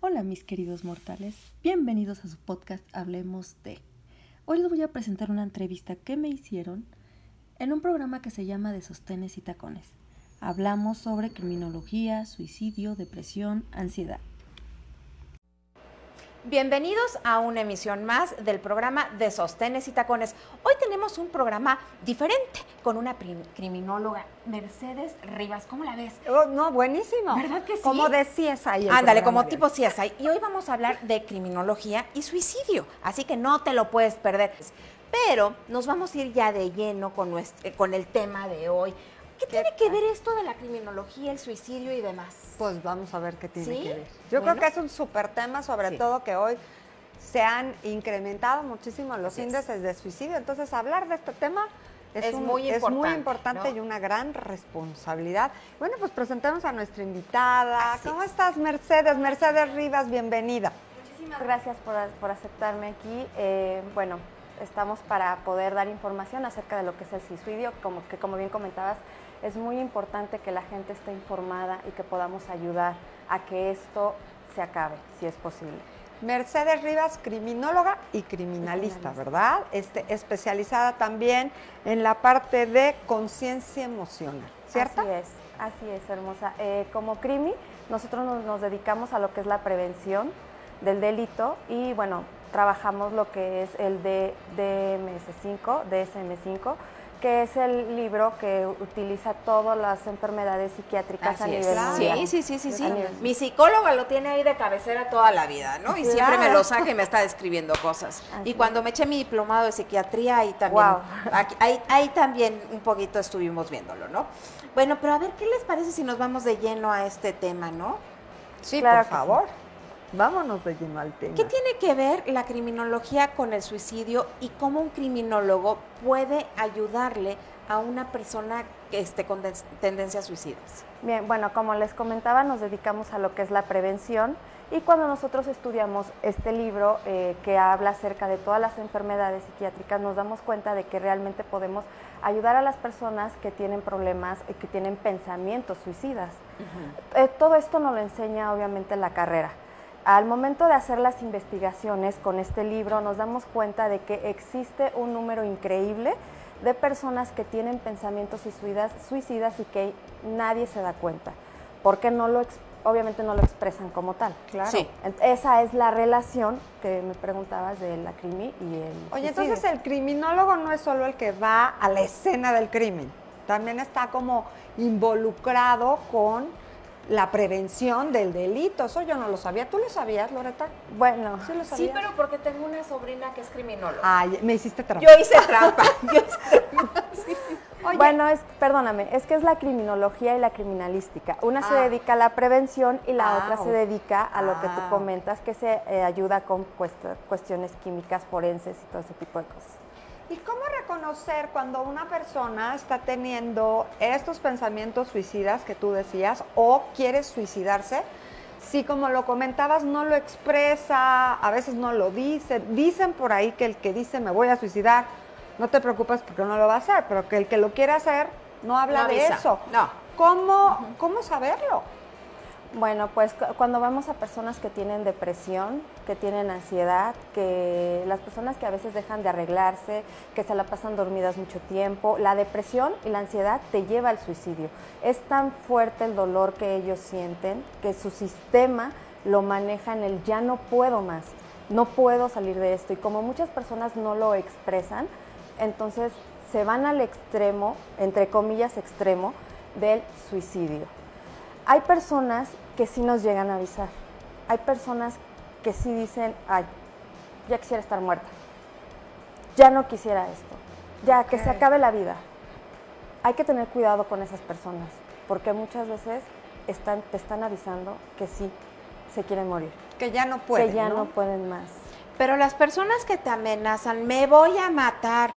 Hola mis queridos mortales, bienvenidos a su podcast Hablemos de. Hoy les voy a presentar una entrevista que me hicieron en un programa que se llama De Sostenes y Tacones. Hablamos sobre criminología, suicidio, depresión, ansiedad. Bienvenidos a una emisión más del programa de Sostenes y Tacones. Hoy tenemos un programa diferente con una criminóloga, Mercedes Rivas. ¿Cómo la ves? Oh, no, buenísimo. ¿Verdad que sí? Como decías ahí. Ándale, como tipo CSI. Y hoy vamos a hablar de criminología y suicidio, así que no te lo puedes perder. Pero nos vamos a ir ya de lleno con el tema de hoy. ¿Qué tiene que ver esto de la criminología, el suicidio y demás? Pues vamos a ver qué tiene ¿Sí? que ver. Yo creo que es un súper tema, sobre todo que hoy se han incrementado muchísimo los índices de suicidio. Entonces, hablar de este tema es muy importante, ¿no? Y una gran responsabilidad. Bueno, pues presentemos a nuestra invitada. ¿Cómo estás, Mercedes? Mercedes Rivas, bienvenida. Muchísimas gracias por aceptarme aquí. Bueno, estamos para poder dar información acerca de lo que es el suicidio, como bien comentabas. Es muy importante que la gente esté informada y que podamos ayudar a que esto se acabe, si es posible. Mercedes Rivas, criminóloga y criminalista, ¿verdad? Especializada también en la parte de conciencia emocional, ¿cierto? Así es, hermosa. Como crimi, nosotros nos dedicamos a lo que es la prevención del delito y, bueno, trabajamos lo que es el DSM-5, que es el libro que utiliza todas las enfermedades psiquiátricas a nivel mundial. Sí. Mi psicóloga lo tiene ahí de cabecera toda la vida, ¿no? Y siempre me lo saca y me está describiendo cosas. Y cuando me eché mi diplomado de psiquiatría, ahí también, ahí también un poquito estuvimos viéndolo, ¿no? Bueno, pero a ver, ¿qué les parece si nos vamos de lleno a este tema, no? Sí, claro, por favor. Sí. Vámonos de lleno al tema. ¿Qué tiene que ver la criminología con el suicidio y cómo un criminólogo puede ayudarle a una persona con tendencias suicidas? Bien, bueno, como les comentaba, nos dedicamos a lo que es la prevención y cuando nosotros estudiamos este libro que habla acerca de todas las enfermedades psiquiátricas, nos damos cuenta de que realmente podemos ayudar a las personas que tienen problemas y que tienen pensamientos suicidas. Todo esto nos lo enseña obviamente la carrera. Al momento de hacer las investigaciones con este libro nos damos cuenta de que existe un número increíble de personas que tienen pensamientos suicidas y que nadie se da cuenta, porque obviamente no lo expresan como tal. Claro. Sí. Esa es la relación que me preguntabas de la crimi y el Oye, suicidio. entonces el criminólogo no es solo el que va a la escena del crimen, también está como involucrado con la prevención del delito. Eso yo no lo sabía. ¿Tú lo sabías, Loreta? Bueno, sí lo sabías. Sí, pero porque tengo una sobrina que es criminóloga. Ay, me hiciste trampa. Yo hice trampa. Sí. Oye, bueno, perdóname, es que es la criminología y la criminalística. Una se dedica a la prevención y la otra se dedica a lo que tú comentas, que se ayuda con cuestiones químicas, forenses y todo ese tipo de cosas. ¿Y cómo reconocer cuando una persona está teniendo estos pensamientos suicidas que tú decías o quiere suicidarse? Si, como lo comentabas, no lo expresa, a veces no lo dice. Dicen por ahí que el que dice me voy a suicidar, no te preocupes porque no lo va a hacer, pero que el que lo quiere hacer no habla de eso. No. ¿Cómo saberlo? Bueno, pues cuando vemos a personas que tienen depresión, que tienen ansiedad, que las personas que a veces dejan de arreglarse, que se la pasan dormidas mucho tiempo, la depresión y la ansiedad te lleva al suicidio. Es tan fuerte el dolor que ellos sienten que su sistema lo maneja en el ya no puedo más, no puedo salir de esto. Y como muchas personas no lo expresan, entonces se van al extremo, entre comillas extremo, del suicidio. Hay personas que sí nos llegan a avisar, hay personas que sí dicen, ay, ya quisiera estar muerta, ya no quisiera esto, ya que se acabe la vida. Hay que tener cuidado con esas personas, porque muchas veces te están avisando que sí, se quieren morir. Que ya no pueden, que ya no pueden más. Pero las personas que te amenazan, me voy a matar.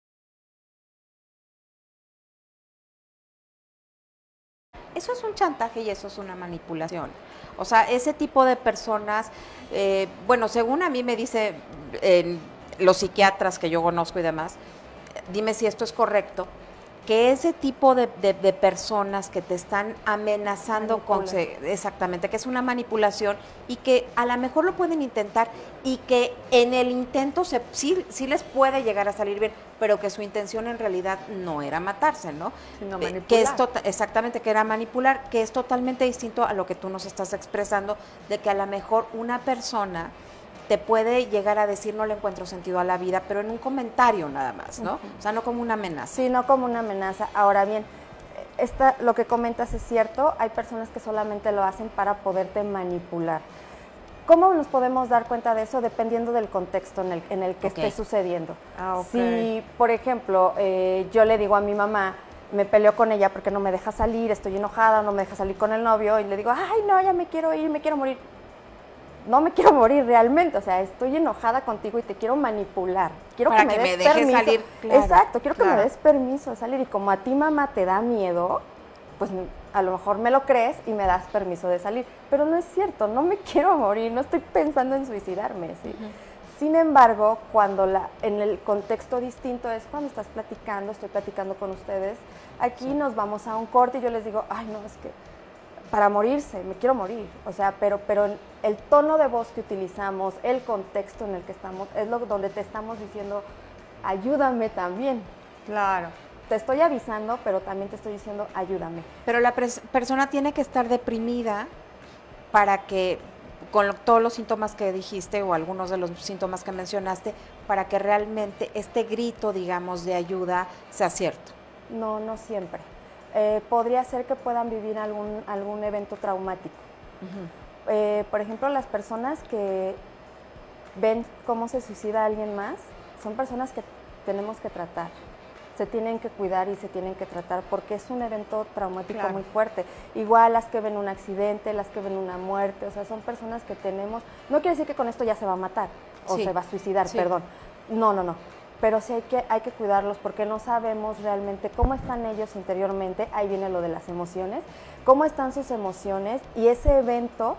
Eso es un chantaje y eso es una manipulación. O sea, ese tipo de personas, bueno, según a mí me dice los psiquiatras que yo conozco y demás, dime si esto es correcto, que ese tipo de personas que te están amenazando exactamente, que es una manipulación y que a lo mejor lo pueden intentar y que en el intento sí les puede llegar a salir bien, pero que su intención en realidad no era matarse, ¿no? Sino manipular. Exactamente, que era manipular, que es totalmente distinto a lo que tú nos estás expresando, de que a lo mejor una persona te puede llegar a decir no le encuentro sentido a la vida, pero en un comentario nada más, ¿no? O sea, no como una amenaza. Sí, no como una amenaza. Ahora bien, lo que comentas es cierto, hay personas que solamente lo hacen para poderte manipular. ¿Cómo nos podemos dar cuenta de eso? Dependiendo del contexto en el que esté sucediendo. Si, por ejemplo, yo le digo a mi mamá, me peleo con ella porque no me deja salir, estoy enojada, no me deja salir con el novio, y le digo, ay, no, ya me quiero ir, me quiero morir. No me quiero morir realmente, o sea, estoy enojada contigo y te quiero manipular. Quiero para que me dejes permiso. Salir. Claro, exacto, quiero que me des permiso de salir. Y como a ti, mamá, te da miedo, pues a lo mejor me lo crees y me das permiso de salir. Pero no es cierto, no me quiero morir, no estoy pensando en suicidarme, ¿sí? Sin embargo, cuando en el contexto distinto es cuando estás platicando, estoy platicando con ustedes, aquí nos vamos a un corte y yo les digo, ay, no, es que para morirse, me quiero morir, o sea, pero el tono de voz que utilizamos, el contexto en el que estamos, es donde te estamos diciendo, ayúdame también. Claro. Te estoy avisando, pero también te estoy diciendo, ayúdame. Pero la persona tiene que estar deprimida para que, con todos los síntomas que dijiste o algunos de los síntomas que mencionaste, para que realmente este grito, digamos, de ayuda sea cierto. No, no siempre. Podría ser que puedan vivir algún evento traumático. Por ejemplo, las personas que ven cómo se suicida alguien más, son personas que tenemos que tratar. Se tienen que cuidar y se tienen que tratar porque es un evento traumático muy fuerte. Igual las que ven un accidente, las que ven una muerte, o sea, son personas que tenemos... No quiere decir que con esto ya se va a matar o se va a suicidar, perdón. No. Pero sí hay que cuidarlos porque no sabemos realmente cómo están ellos interiormente, ahí viene lo de las emociones, cómo están sus emociones y ese evento,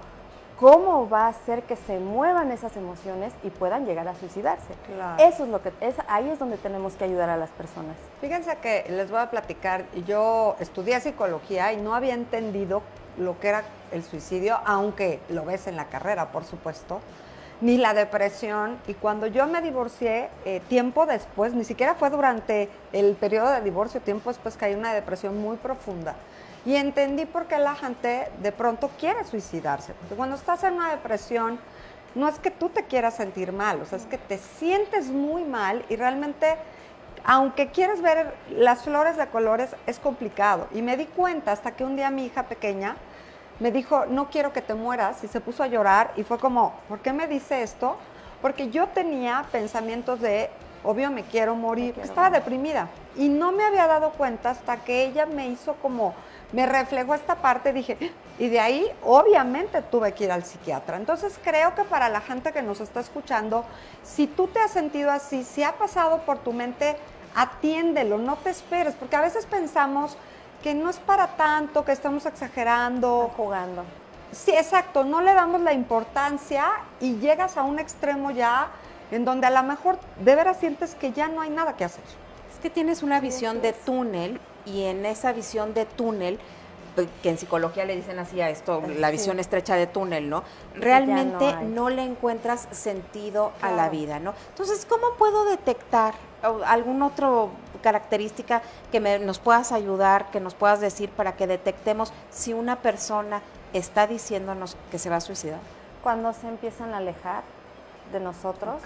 cómo va a hacer que se muevan esas emociones y puedan llegar a suicidarse. Claro. Eso es ahí es donde tenemos que ayudar a las personas. Fíjense que les voy a platicar, yo estudié psicología y no había entendido lo que era el suicidio, aunque lo ves en la carrera, por supuesto, ni la depresión, y cuando yo me divorcié, tiempo después, ni siquiera fue durante el periodo de divorcio, tiempo después caí en una depresión muy profunda, y entendí por qué la gente de pronto quiere suicidarse, porque cuando estás en una depresión, no es que tú te quieras sentir mal, o sea, es que te sientes muy mal, y realmente, aunque quieres ver las flores de colores, es complicado, y me di cuenta hasta que un día mi hija pequeña me dijo, no quiero que te mueras, y se puso a llorar, y fue como, ¿por qué me dice esto? Porque yo tenía pensamientos de, obvio me quiero morir, estaba deprimida, y no me había dado cuenta hasta que ella me hizo como, me reflejó esta parte, dije, y de ahí obviamente tuve que ir al psiquiatra. Entonces creo que para la gente que nos está escuchando, si tú te has sentido así, si ha pasado por tu mente, atiéndelo, no te esperes, porque a veces pensamos que no es para tanto, que estamos exagerando. Están jugando. Sí, exacto, no le damos la importancia y llegas a un extremo ya en donde a lo mejor de veras sientes que ya no hay nada que hacer. Es que tienes una visión de túnel y en esa visión de túnel, que en psicología le dicen así a esto, la visión estrecha de túnel, ¿no? Realmente no le encuentras sentido a la vida, ¿no? Entonces, ¿cómo puedo detectar alguna otra característica que nos puedas ayudar, que nos puedas decir para que detectemos si una persona está diciéndonos que se va a suicidar? Cuando se empiezan a alejar de nosotros.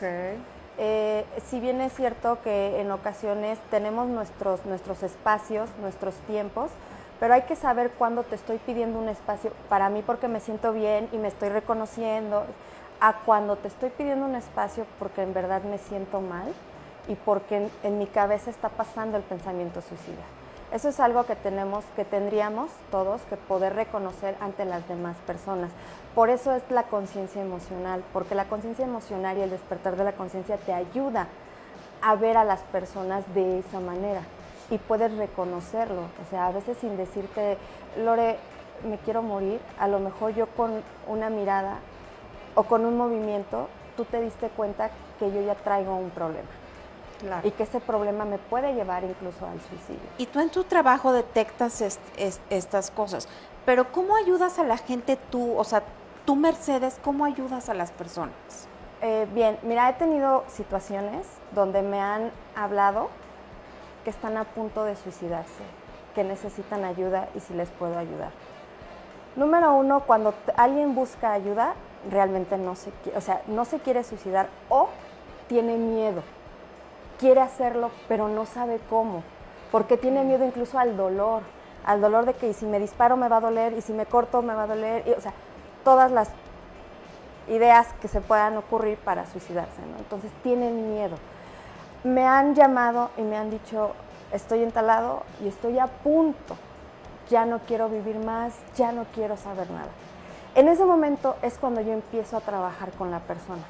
Si bien es cierto que en ocasiones tenemos nuestros espacios, nuestros tiempos, pero hay que saber cuándo te estoy pidiendo un espacio para mí porque me siento bien y me estoy reconociendo, a cuando te estoy pidiendo un espacio porque en verdad me siento mal y porque en mi cabeza está pasando el pensamiento suicida. Eso es algo que tendríamos todos que poder reconocer ante las demás personas. Por eso es la conciencia emocional, porque la conciencia emocional y el despertar de la conciencia te ayuda a ver a las personas de esa manera y puedes reconocerlo. O sea, a veces sin decirte, Lore, me quiero morir, a lo mejor yo con una mirada o con un movimiento, tú te diste cuenta que yo ya traigo un problema. y que ese problema me puede llevar incluso al suicidio. Y tú en tu trabajo detectas estas cosas, pero ¿cómo ayudas a la gente tú? O sea, tú, Mercedes, ¿cómo ayudas a las personas? Bien, mira, he tenido situaciones donde me han hablado que están a punto de suicidarse, que necesitan ayuda y si les puedo ayudar. Número uno, cuando alguien busca ayuda, realmente no se quiere suicidar o tiene miedo. Quiere hacerlo, pero no sabe cómo, porque tiene miedo incluso al dolor de que y si me disparo me va a doler, y si me corto me va a doler, o sea, todas las ideas que se puedan ocurrir para suicidarse, ¿no? Entonces tienen miedo. Me han llamado y me han dicho, estoy entalado y estoy a punto, ya no quiero vivir más, ya no quiero saber nada. En ese momento es cuando yo empiezo a trabajar con la persona.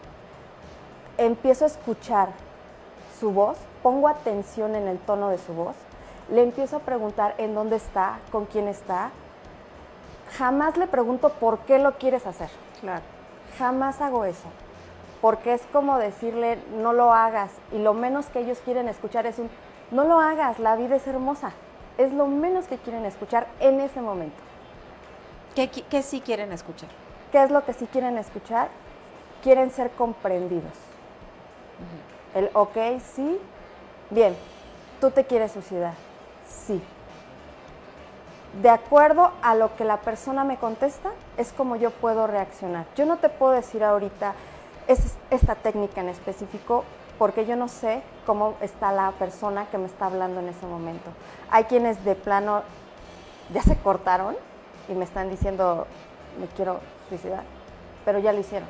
Empiezo a escuchar su voz, pongo atención en el tono de su voz, le empiezo a preguntar en dónde está, con quién está. Jamás le pregunto por qué lo quieres hacer. Claro. Jamás hago eso, porque es como decirle no lo hagas, y lo menos que ellos quieren escuchar es un no lo hagas, la vida es hermosa. Es lo menos que quieren escuchar en ese momento. ¿Qué sí quieren escuchar? ¿Qué es lo que sí quieren escuchar? Quieren ser comprendidos. El ok, sí, bien, tú te quieres suicidar, sí. De acuerdo a lo que la persona me contesta, es como yo puedo reaccionar. Yo no te puedo decir ahorita esta técnica en específico, porque yo no sé cómo está la persona que me está hablando en ese momento. Hay quienes de plano ya se cortaron y me están diciendo, me quiero suicidar, pero ya lo hicieron.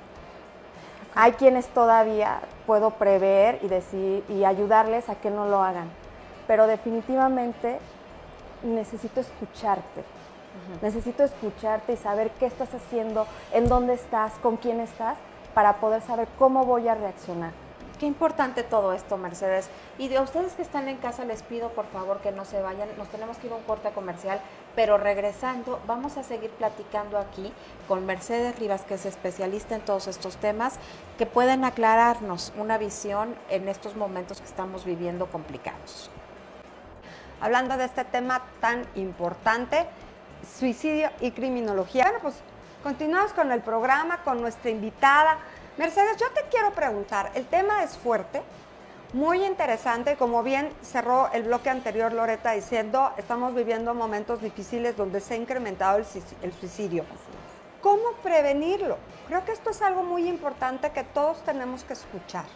Hay quienes todavía puedo prever y decir y ayudarles a que no lo hagan, pero definitivamente necesito escucharte. Necesito escucharte y saber qué estás haciendo, en dónde estás, con quién estás, para poder saber cómo voy a reaccionar. Qué importante todo esto, Mercedes. Y de ustedes que están en casa, les pido por favor que no se vayan. Nos tenemos que ir a un corte comercial, pero regresando vamos a seguir platicando aquí con Mercedes Rivas, que es especialista en todos estos temas, que pueden aclararnos una visión en estos momentos que estamos viviendo complicados. Hablando de este tema tan importante, suicidio y criminología. Bueno, pues continuamos con el programa, con nuestra invitada. Mercedes, yo te quiero preguntar, el tema es fuerte, muy interesante, como bien cerró el bloque anterior Loreta diciendo, estamos viviendo momentos difíciles donde se ha incrementado el suicidio. ¿Cómo prevenirlo? Creo que esto es algo muy importante que todos tenemos que escuchar.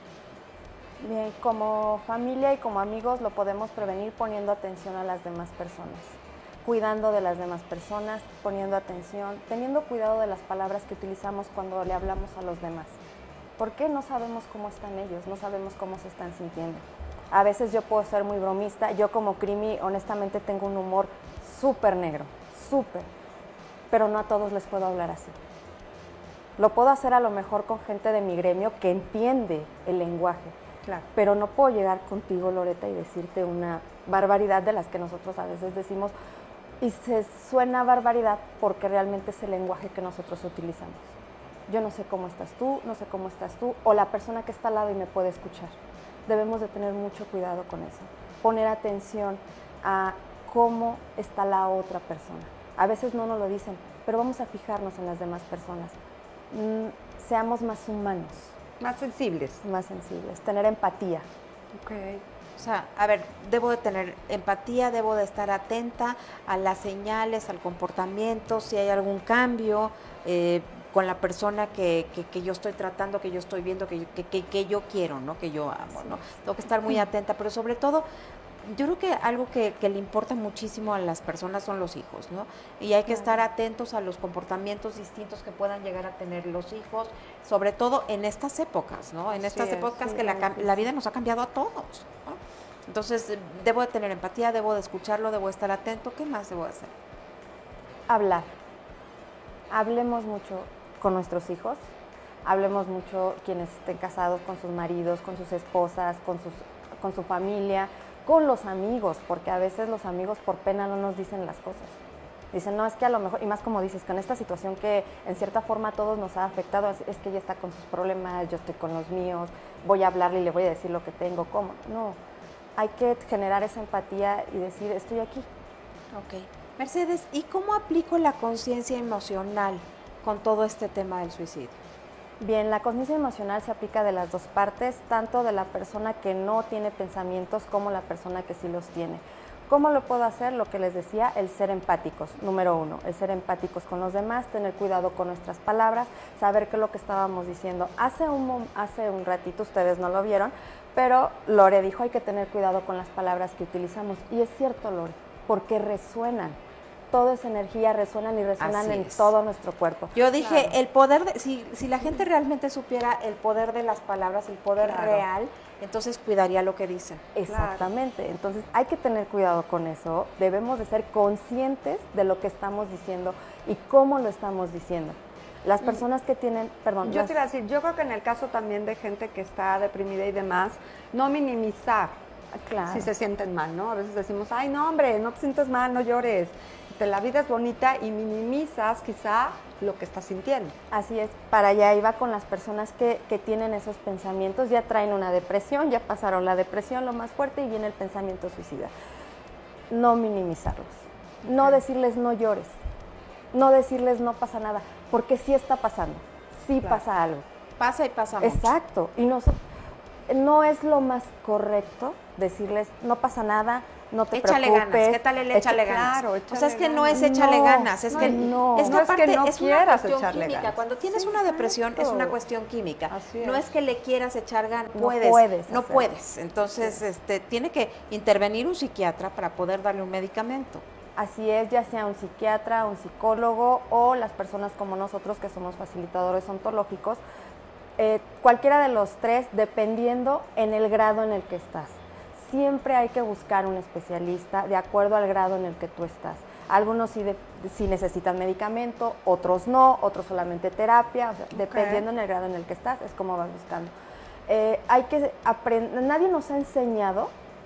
Bien, como familia y como amigos lo podemos prevenir poniendo atención a las demás personas, cuidando de las demás personas, poniendo atención, teniendo cuidado de las palabras que utilizamos cuando le hablamos a los demás. Porque no sabemos cómo están ellos, no sabemos cómo se están sintiendo. A veces yo puedo ser muy bromista, yo como Crimi honestamente tengo un humor súper negro, súper, pero no a todos les puedo hablar así. Lo puedo hacer a lo mejor con gente de mi gremio que entiende el lenguaje, claro, pero no puedo llegar contigo, Loreta, y decirte una barbaridad de las que nosotros a veces decimos, y se suena barbaridad porque realmente es el lenguaje que nosotros utilizamos. Yo no sé cómo estás tú, no sé cómo estás tú, o la persona que está al lado y me puede escuchar. Debemos de tener mucho cuidado con eso, poner atención a cómo está la otra persona. A veces no nos lo dicen, pero vamos a fijarnos en las demás personas. Seamos más humanos. Más sensibles. Más sensibles, tener empatía. Okay. O sea, a ver, debo de tener empatía, debo de estar atenta a las señales, al comportamiento, si hay algún cambio con la persona que yo estoy tratando, que yo estoy viendo, que yo quiero, ¿no? Que yo amo, ¿no? Tengo que estar muy atenta, pero sobre todo, yo creo que algo que le importa muchísimo a las personas son los hijos, ¿no? Y hay que estar atentos a los comportamientos distintos que puedan llegar a tener los hijos, sobre todo en estas épocas, ¿no? En estas épocas que la vida nos ha cambiado a todos, ¿no? Entonces, debo de tener empatía, debo de escucharlo, debo de estar atento. ¿Qué más debo de hacer? Hablar. Hablemos mucho con nuestros hijos, hablemos mucho quienes estén casados con sus maridos, con sus esposas, con su familia, con los amigos, porque a veces los amigos por pena no nos dicen las cosas. Dicen, no, es que a lo mejor, y más como dices, con esta situación que en cierta forma a todos nos ha afectado, es que ella está con sus problemas, yo estoy con los míos, voy a hablarle y le voy a decir lo que tengo, ¿cómo? No, hay que generar esa empatía y decir, estoy aquí. Ok. Mercedes, ¿y cómo aplico la conciencia emocional con todo este tema del suicidio? Bien, la conciencia emocional se aplica de las dos partes, tanto de la persona que no tiene pensamientos como la persona que sí los tiene. ¿Cómo lo puedo hacer? Lo que les decía, el ser empáticos, número 1, el ser empáticos con los demás, tener cuidado con nuestras palabras, saber qué es lo que estábamos diciendo. Hace un ratito, ustedes no lo vieron, pero Lore dijo, hay que tener cuidado con las palabras que utilizamos. Y es cierto, Lore, porque resuenan. Toda esa energía resuenan y resuenan en todo nuestro cuerpo. Yo dije, el poder, si la gente realmente supiera el poder de las palabras, el poder real, entonces cuidaría lo que dicen. Exactamente, entonces hay que tener cuidado con eso, debemos de ser conscientes de lo que estamos diciendo y cómo lo estamos diciendo. Las personas que tienen, perdón. Yo te iba a decir, yo creo que en el caso también de gente que está deprimida y demás, no minimizar si se sienten mal, ¿no? A veces decimos, ay, no, hombre, no te sientes mal, no llores. La vida es bonita y minimizas quizá lo que estás sintiendo. Así es, para allá iba con las personas que tienen esos pensamientos, ya traen una depresión, ya pasaron la depresión, lo más fuerte, y viene el pensamiento suicida. No minimizarlos, no decirles no llores, no decirles no pasa nada, porque sí está pasando, sí pasa algo. Pasa y pasa mucho. Exacto, y no es lo más correcto decirles no pasa nada, no te échale preocupes. Ganas. ¿Qué tal el échale ganas? Claro, o sea, es que no es échale ganas, es que no es que aparte no es una cuestión química. Ganas. Cuando tienes una depresión es una cuestión química. No es que le quieras echar ganas, no puedes. Entonces, tiene que intervenir un psiquiatra para poder darle un medicamento. Así es, ya sea un psiquiatra, un psicólogo o las personas como nosotros que somos facilitadores ontológicos, cualquiera de los tres, dependiendo en el grado en el que estás. Siempre hay que buscar un especialista de acuerdo al grado en el que tú estás. Algunos sí necesitan medicamento, otros no, otros solamente terapia, o sea, dependiendo en el grado en el que estás, es como vas buscando. Hay que aprender, nadie nos ha enseñado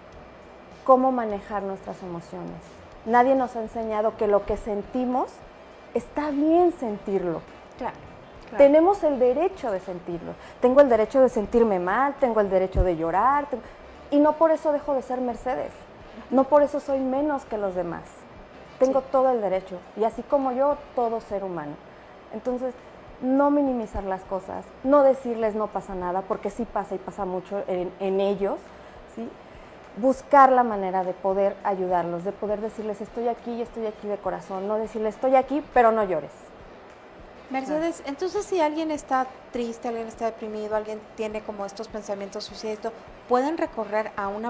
cómo manejar nuestras emociones. Nadie nos ha enseñado que lo que sentimos está bien sentirlo. Claro. Tenemos el derecho de sentirlo. Tengo el derecho de sentirme mal, tengo el derecho de llorar, y no por eso dejo de ser Mercedes, no por eso soy menos que los demás. Tengo todo el derecho, y así como yo, todo ser humano. Entonces, no minimizar las cosas, no decirles no pasa nada, porque sí pasa y pasa mucho en ellos, ¿sí? Buscar la manera de poder ayudarlos, de poder decirles estoy aquí de corazón, no decirles estoy aquí, pero no llores. Mercedes, entonces si alguien está triste, alguien está deprimido, alguien tiene como estos pensamientos suicidas, ¿pueden recurrir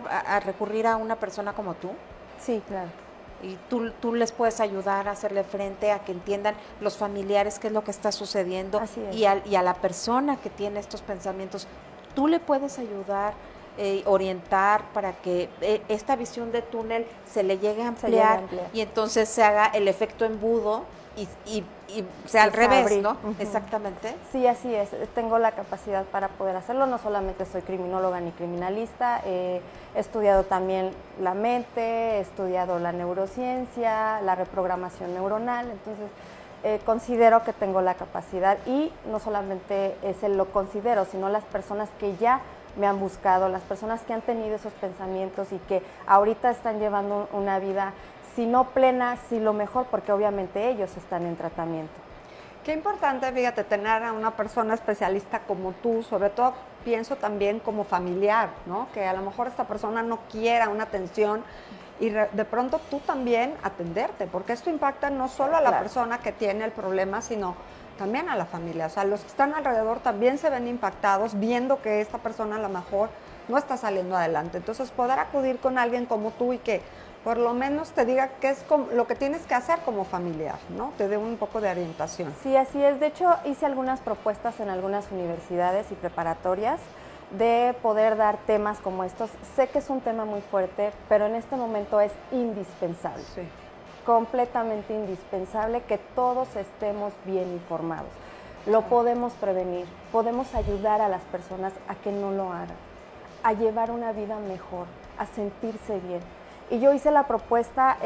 a una persona como tú? Sí, claro. Y tú les puedes ayudar a hacerle frente, a que entiendan los familiares qué es lo que está sucediendo. Así es. Y a la persona que tiene estos pensamientos, tú le puedes ayudar, orientar para que esta visión de túnel se le llegue a ampliar, y entonces se haga el efecto embudo y sea al revés, ¿no? Exactamente. Sí, así es. Tengo la capacidad para poder hacerlo. No solamente soy criminóloga ni criminalista, he estudiado también la mente, he estudiado la neurociencia, la reprogramación neuronal, entonces considero que tengo la capacidad, y no solamente lo considero, sino las personas que ya me han buscado, las personas que han tenido esos pensamientos y que ahorita están llevando una vida, si no plena, si lo mejor, porque obviamente ellos están en tratamiento. Qué importante, fíjate, tener a una persona especialista como tú, sobre todo pienso también como familiar, ¿no? Que a lo mejor esta persona no quiera una atención y de pronto tú también atenderte, porque esto impacta no solo a la persona que tiene el problema, sino también a la familia. O sea, los que están alrededor también se ven impactados viendo que esta persona a lo mejor no está saliendo adelante. Entonces, poder acudir con alguien como tú y que por lo menos te diga qué es lo que tienes que hacer como familiar, ¿no? Te dé un poco de orientación. Sí, así es. De hecho, hice algunas propuestas en algunas universidades y preparatorias de poder dar temas como estos. Sé que es un tema muy fuerte, pero en este momento es indispensable. Sí. Completamente indispensable que todos estemos bien informados. Lo podemos prevenir, podemos ayudar a las personas a que no lo hagan, a llevar una vida mejor, a sentirse bien. Y yo hice la propuesta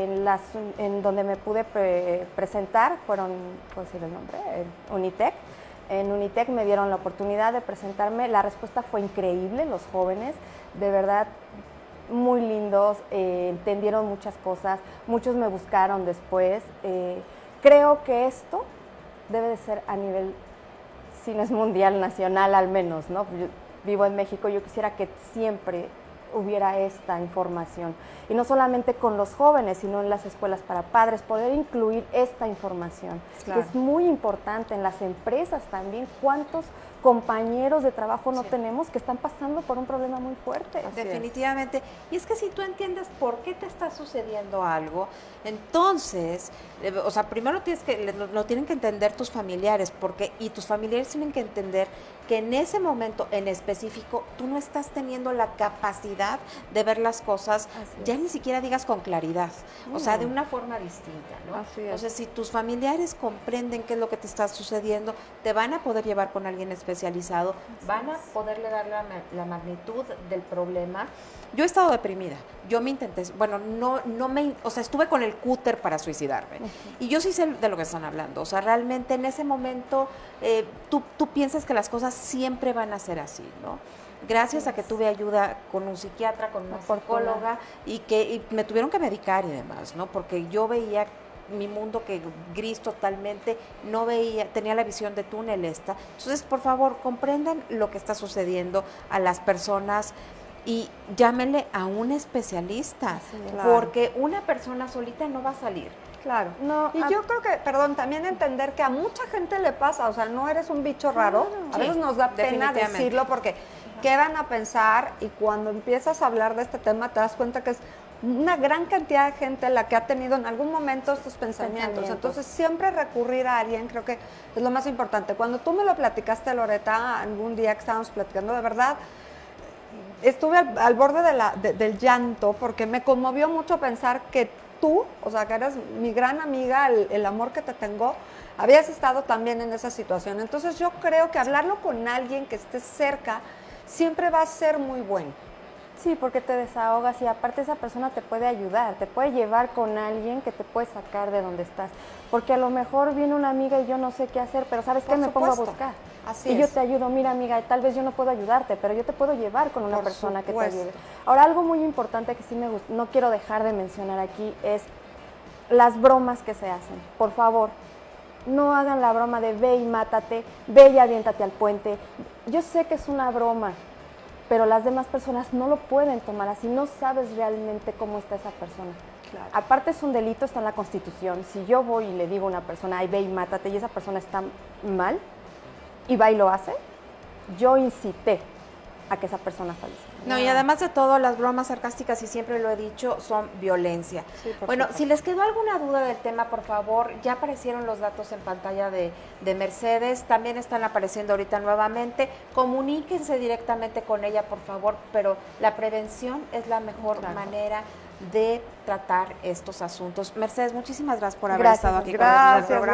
en donde me pude presentar, ¿puedo decir el nombre? Unitec. En Unitec me dieron la oportunidad de presentarme, la respuesta fue increíble, los jóvenes, de verdad, muy lindos, entendieron muchas cosas, muchos me buscaron después. Creo que esto debe de ser a nivel, si no es mundial, nacional al menos, ¿no? Yo vivo en México, yo quisiera que siempre hubiera esta información, y no solamente con los jóvenes, sino en las escuelas para padres, poder incluir esta información, claro. Que es muy importante en las empresas también. ¿Cuántos compañeros de trabajo no tenemos que están pasando por un problema muy fuerte? Definitivamente. Y es que si tú entiendes por qué te está sucediendo algo, entonces, o sea, primero lo tienen que entender tus familiares, y tus familiares tienen que entender que en ese momento en específico tú no estás teniendo la capacidad de ver las cosas, ya ni siquiera digas con claridad, o sea, de una forma distinta, ¿no? Entonces, si tus familiares comprenden qué es lo que te está sucediendo, te van a poder llevar con alguien especializado, van a poderle dar la magnitud del problema. Yo he estado deprimida, yo me intenté, bueno, o sea, estuve con el cúter para suicidarme, y yo sí sé de lo que están hablando, o sea, realmente en ese momento tú piensas que las cosas siempre van a ser así, ¿no? Gracias a que tuve ayuda con un psiquiatra, con una psicóloga, y me tuvieron que medicar y demás, ¿no? Porque yo veía mi mundo que gris totalmente, no veía, tenía la visión de túnel esta. Entonces, por favor, comprendan lo que está sucediendo a las personas y llámenle a un especialista, porque una persona solita no va a salir. Claro. No, y yo creo que, también entender que a mucha gente le pasa, o sea, no eres un bicho raro, a veces nos da pena decirlo porque ¿qué van a pensar? Y cuando empiezas a hablar de este tema te das cuenta que es una gran cantidad de gente la que ha tenido en algún momento estos pensamientos. Entonces, siempre recurrir a alguien creo que es lo más importante. Cuando tú me lo platicaste, Loreta, algún día que estábamos platicando, de verdad, estuve al borde del llanto porque me conmovió mucho pensar que tú, o sea, que eres mi gran amiga, el amor que te tengo, habías estado también en esa situación. Entonces, yo creo que hablarlo con alguien que esté cerca siempre va a ser muy bueno. Sí, porque te desahogas y aparte esa persona te puede ayudar, te puede llevar con alguien que te puede sacar de donde estás. Porque a lo mejor viene una amiga y yo no sé qué hacer, pero ¿sabes qué? Me pongo a buscar. Y yo te ayudo, mira amiga, tal vez yo no puedo ayudarte, pero yo te puedo llevar con una persona que te ayude. Ahora, algo muy importante que sí me gusta, no quiero dejar de mencionar aquí, es las bromas que se hacen. Por favor, no hagan la broma de ve y mátate, ve y aviéntate al puente. Yo sé que es una broma, pero las demás personas no lo pueden tomar así, no sabes realmente cómo está esa persona. Claro. Aparte es un delito, está en la Constitución. Si yo voy y le digo a una persona, ay, ve y mátate, y esa persona está mal, y va y lo hace, yo incité a que esa persona fallezca. No, y además de todo, las bromas sarcásticas, y siempre lo he dicho, son violencia. Bueno, si les quedó alguna duda del tema, por favor, ya aparecieron los datos en pantalla de Mercedes, también están apareciendo ahorita nuevamente. Comuníquense directamente con ella, por favor, pero la prevención es la mejor manera de tratar estos asuntos. Mercedes, muchísimas gracias por haber estado aquí con nosotros en el programa.